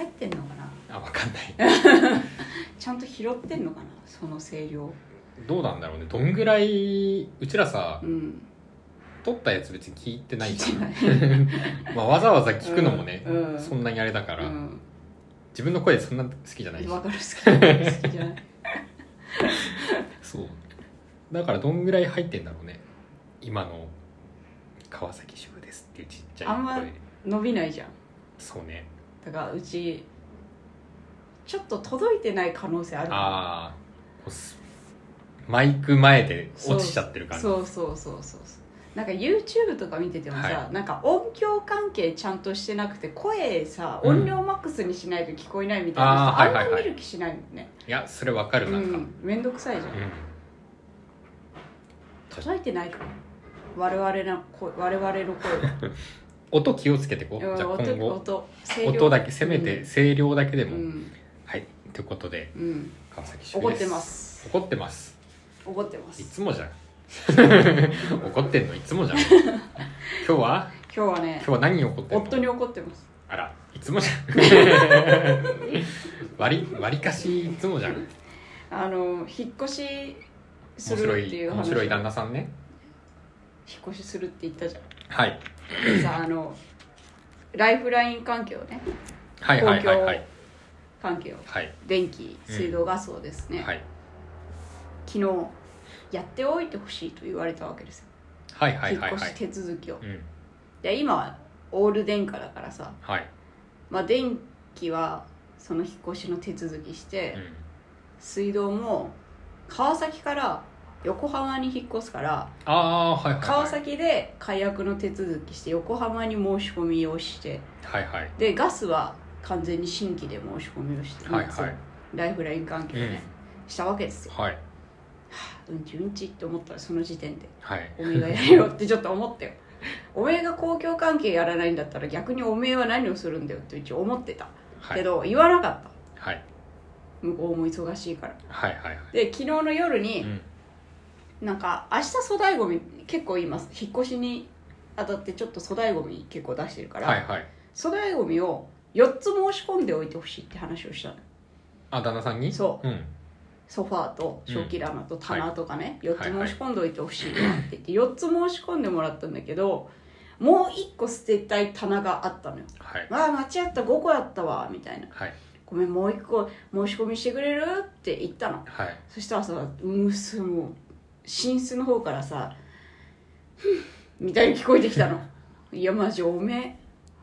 入ってんのかな。 分かんないちゃんと拾ってんのかな、その声量。 どうなんだろうね。どんぐらいうちらさ、撮ったやつ別に聞いてないじゃんまあわざわざ聞くのもね、そんなにあれだから、自分の声そんな好きじゃないし。 わかる、好きじゃないそうだからどんぐらい入ってんだろうね、今の川崎主婦ですっていうちっちゃい声。 あんま伸びないじゃん。 そうね。 だからうちちょっと届いてない可能性ある。 ああ、マイク前で落ちちゃってる感じ。 そうなんか YouTube とか見ててもさ、なんか音響関係ちゃんとしてなくて、声さ音量マックスにしないと聞こえないみたいな人、あんまり見る気しないもんね。 いやそれわかる。なんかめんどくさいじゃん、届いてないから我々の声音気をつけてこう。じゃあ今後音だけせめて声量だけでも、はいということで、川崎主婦です。怒ってますいつもじゃん怒ってんのいつもじゃん今日は何に怒ってんの。 夫に怒ってます。 あらいつもじゃん割りかしいつもじゃん。 引っ越しするっていう話。 面白い旦那さんね。 引っ越しするって言ったじゃん。 はいさライフライン関係をね、 公共関係を、電気水道ガスをですね、昨日やっておいてほしいと言われたわけですよ。引っ越し手続きを、で今はオール電化だからさ、まあ、電気はその引っ越しの手続きして、水道も川崎から横浜に引っ越すから、川崎で解約の手続きして横浜に申し込みをして、でガスは完全に新規で申し込みをして、ライフライン関係をね、したわけですよ。うんちって思ったらその時点で、おめえがやれよってちょっと思ったよおめえが公共関係やらないんだったら逆におめえは何をするんだよって一応思ってた、けど言わなかった、向こうも忙しいから、で昨日の夜に、なんか明日粗大ごみ結構言います。引っ越しにあたってちょっと粗大ごみ結構出してるから、粗大ごみを4つ申し込んでおいてほしいって話をしたの。 旦那さんに。 そう、ソファーと食器棚と棚とかね、4つ申し込んでおいてほしいなって言って4つ申し込んでもらったんだけど、もう1個捨てたい棚があったのよ。間違った、5個やったわみたいな、ごめんもう1個申し込みしてくれるって言ったの、そしたらさ、もう寝室の方からさみたいに聞こえてきたのいやマジおめ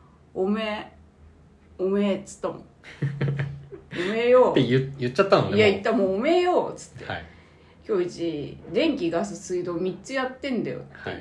えっつったもんおめえよって言っちゃったのね。 いや言った、もうおめえよっつって、今日うち電気ガス水道3つやってんだよって言って、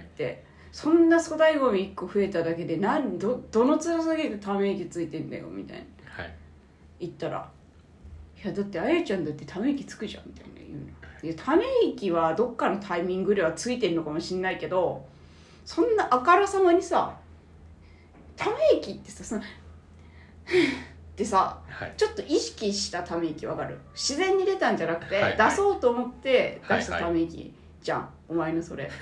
そんな粗大ごみ1個増えただけでどの面下げてため息ついてんだよみたいな、言ったら、いやだってあやちゃんだってため息つくじゃんみたいな言うの。いやため息はどっかのタイミングではついてんのかもしんないけど、そんなあからさまにさため息ってさってさ、ちょっと意識したため息わかる？自然に出たんじゃなくて、出そうと思って出したため息じゃん、お前のそれ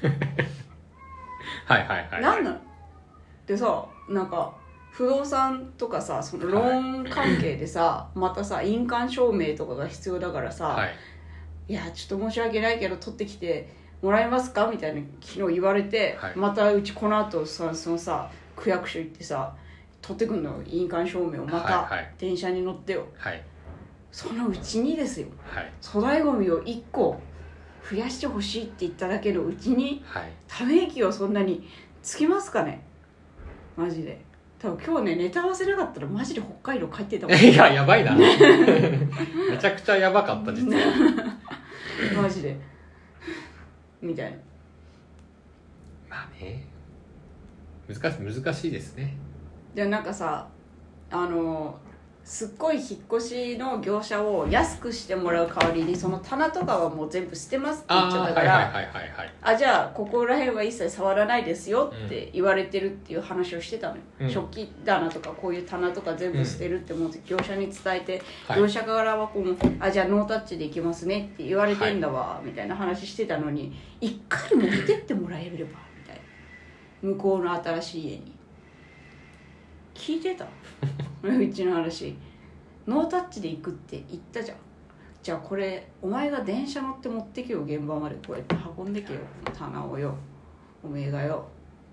なんなのでさ、なんか不動産とかさ、そのローン関係でさ、またさ印鑑証明とかが必要だからさ、いやちょっと申し訳ないけど取ってきてもらえますかみたいな昨日言われて、またうちこの後さそのさ区役所行ってさ取ってくんの、印鑑証明をまた電車に乗ってよ、そのうちにですよ、粗大ごみを1個増やしてほしいって言っただけのうちに、ため息をそんなにつきますかねマジで。多分今日ねネタ合わせなかったらマジで北海道帰ってたもんいややばいなめちゃくちゃやばかった実はマジでみたいな。 まあね、難しいですね。 でなんかさすっごい引っ越しの業者を安くしてもらう代わりにその棚とかはもう全部捨てますって言っちゃったから、じゃあここら辺は一切触らないですよって言われてるっていう話をしてたのよ、食器棚とかこういう棚とか全部捨てるってもう業者に伝えて、業者からはこうじゃあノータッチでいきますねって言われてんだわ、みたいな話してたのに、一回持ってってもらえればみたいな、向こうの新しい家に聞いてたうちの話ノータッチで行くって言ったじゃん。じゃあこれお前が電車乗って持ってけよ、現場までこうやって運んでけよ、棚をよ、おめえがよ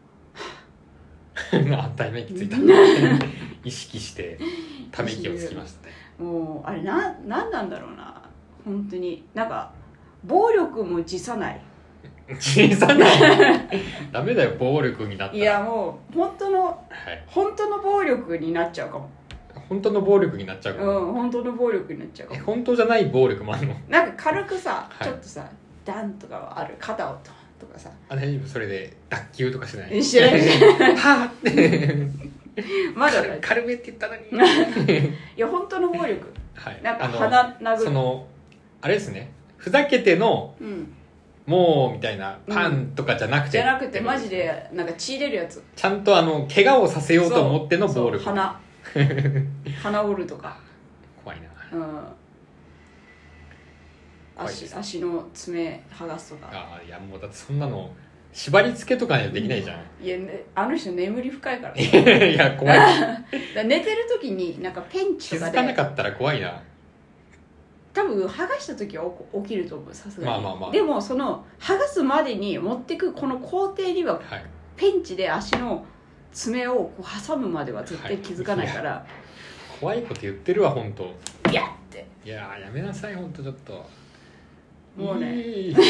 ため息ついた意識してため息をつきましたね。 もうあれなんなんだろうな、本当になんか暴力も辞さない辞さないダメだよ暴力になったら。 いやもう本当の暴力になっちゃうかも。 本当の暴力になっちゃうかも。 本当の暴力になっちゃうかも。 本当じゃない暴力もあるの？ なんか軽くさ、ちょっとさダンとかはある、肩をとかさ。 大丈夫？それで脱臼とかしない？ しないはぁってまだ軽めって言ったのにいや本当の暴力、 はい、 なんか鼻殴る、 そのあれですね、ふざけての、もうみたいなパンとかじゃなくて、 じゃなくてマジでなんか血出るやつ、 ちゃんと怪我をさせようと思っての暴力。 鼻折るとか怖いな。 足の爪剥がすとか。 いやもうだってそんなの縛り付けとかにはできないじゃん。 いや、あの人眠り深いからいや怖い寝てる時になんかペンチとかで気づかなかったら怖いな。 多分剥がした時は起きると思う、さすがに。 まあでもその剥がすまでに持ってくこの工程には、ペンチで足の爪をこう挟むまでは絶対気づかないから、 怖いこと言ってるわ本当。 いやって、 いややめなさい本当、ちょっともうねいいや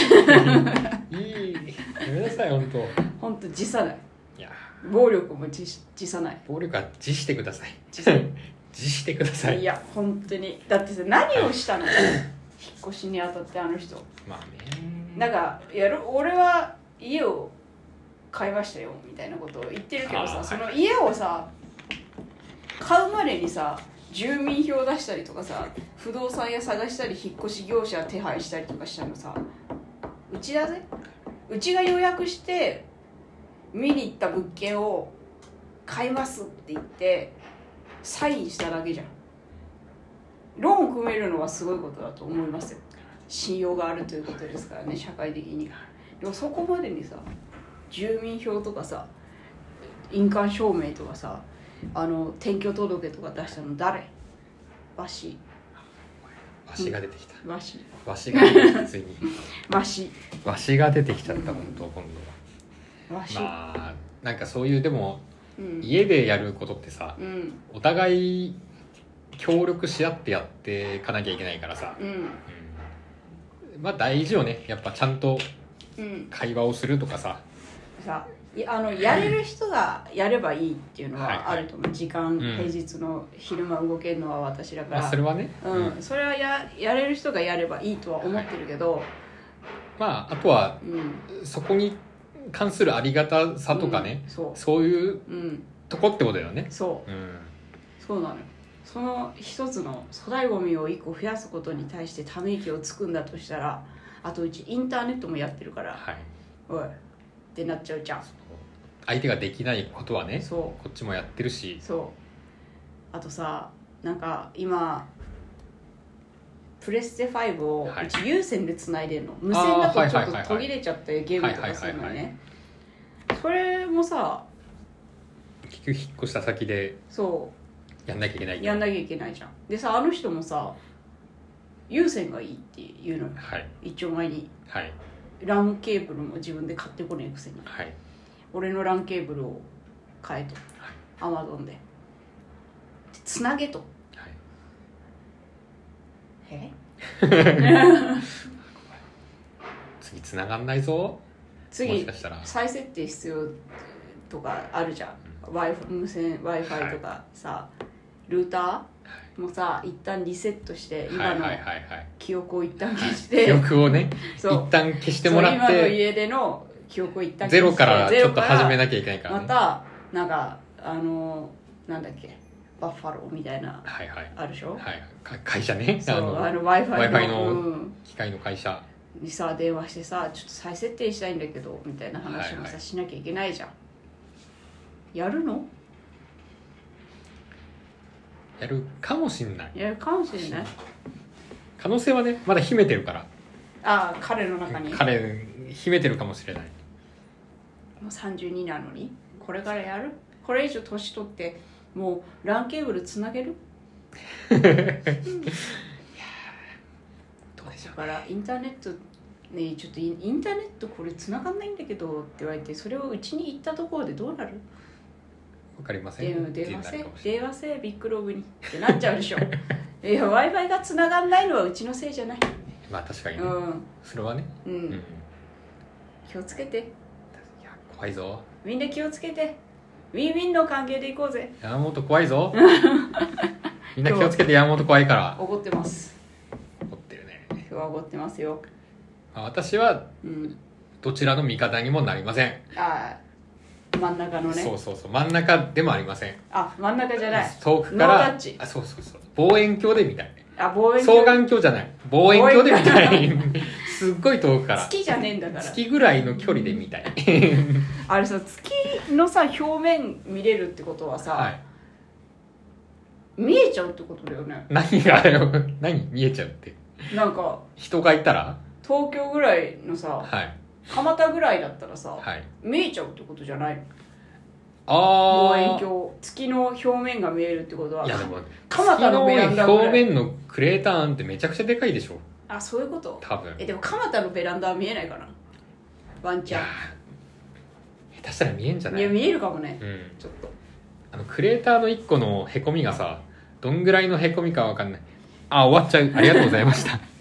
めなさい本当。 本当辞さない。 いや暴力も辞さない。 暴力は辞してください。辞してください。 いや本当に、だってさ、何をしたの引っ越しにあたってあの人。 まあね、 なんか俺は家を買いましたよみたいなことを言ってるけどさ、その家をさ買うまでにさ住民票出したりとかさ、不動産屋探したり引っ越し業者手配したりとかしたのさ、うちだぜ。うちが予約して見に行った物件を買いますって言ってサインしただけじゃん。ローンを組めるのはすごいことだと思いますよ。信用があるということですからね、社会的に。でもそこまでにさ住民票とかさ印鑑証明とかさ転居届とか出したの誰？わしが出てきた。 わしが出てきた。ついにわしが出てきちゃった、本当今度は。まあなんかそういうでも、家でやることってさ、お互い協力し合ってやっていかなきゃいけないからさ、まあ大事よね、やっぱちゃんと会話をするとかさ、 やれる人がやればいいっていうのはあると思う。時間、平日の昼間動けるのは私だから、 それはね、 それはやれる人がやればいいとは思ってるけど、 まああとは、そこに関するありがたさとかね、そういうとこってことだよね。 そうなのよ。その一つの粗大ごみを1個増やすことに対してため息をつくんだとしたら、あとうちインターネットもやってるから、おいってなっちゃうじゃん。 相手ができないことはね、こっちもやってるし。 あとさ、なんか今プレステ5をうち有線でつないでるの、無線だとちょっと途切れちゃってゲームとかするのね。それもさ結局引っ越した先でやんなきゃいけないじゃん。でさ、あの人もさ有線がいいって言うのよ、一丁前に。ランケーブルも自分で買ってこねえくせに、俺のランケーブルを買えと、アマゾンでつなげと、 次つながんないぞ。 次再設定必要とかあるじゃん、無線 Wi-Fi とかさ、ルーターもさ一旦リセットして、今の記憶を一旦消して、 記憶をね一旦消してもらって、 今の家での記憶を一旦消してゼロからちょっと始めなきゃいけないからね。 またなんかなんだっけ、バッファローみたいなあるでしょ、 会社ね、 Wi-Fi の機械の会社にさ電話してさ、ちょっと再設定したいんだけどみたいな話もさしなきゃいけないじゃん。やるの？ やるかもしんない。可能性はねまだ秘めてるから。 彼の中に秘めてるかもしれない。 もう32なのにこれからやる？これ以上年取ってもうランケーブルつなげる？ どうでしょうね。 だからインターネットね、ちょっとインターネットこれ繋がんないんだけどって言われて、それをうちに行ったところでどうなる？ わかりません。 電話せビッグロブにってなっちゃうでしょ。いや Wi-Fi が繋がんないのはうちのせいじゃない。 まあ確かにね、それはね、 気をつけて。いや怖いぞ。 みんな気をつけて。ウィンウィンの関係でいこうぜ。 山本怖いぞ。みんな気をつけて。山本怖いから。 怒ってます。 怒ってるね。 今日は怒ってますよ。 私はどちらの味方にもなりません。 真ん中のね。 そう真ん中でもありません。 真ん中じゃない。 遠くから。 ノータッチ。 そう望遠鏡で見たい。 望遠鏡。 双眼鏡じゃない。望遠鏡で見たい。すっごい遠くから。 月じゃねえんだから。 月ぐらいの距離で見たい。 あれさ、月のさ表面見れるってことはさ、見えちゃうってことだよね。 何がよ。何見えちゃうって。 なんか人がいたら東京ぐらいのさ、蒲田ぐらいだったらさ、見えちゃうってことじゃないの？望遠鏡、月の表面が見えるってことは。 いやでも蒲田のベランダぐらい。 表面のクレーターなんてめちゃくちゃでかいでしょ。 そういうこと？ 多分。 でも蒲田のベランダは見えないかな。ワンチャン。 下手したら見えんじゃない？ いや見えるかもね。ちょっと。 クレーターの1個のへこみがさ、どんぐらいのへこみかわかんない。終わっちゃう。ありがとうございました。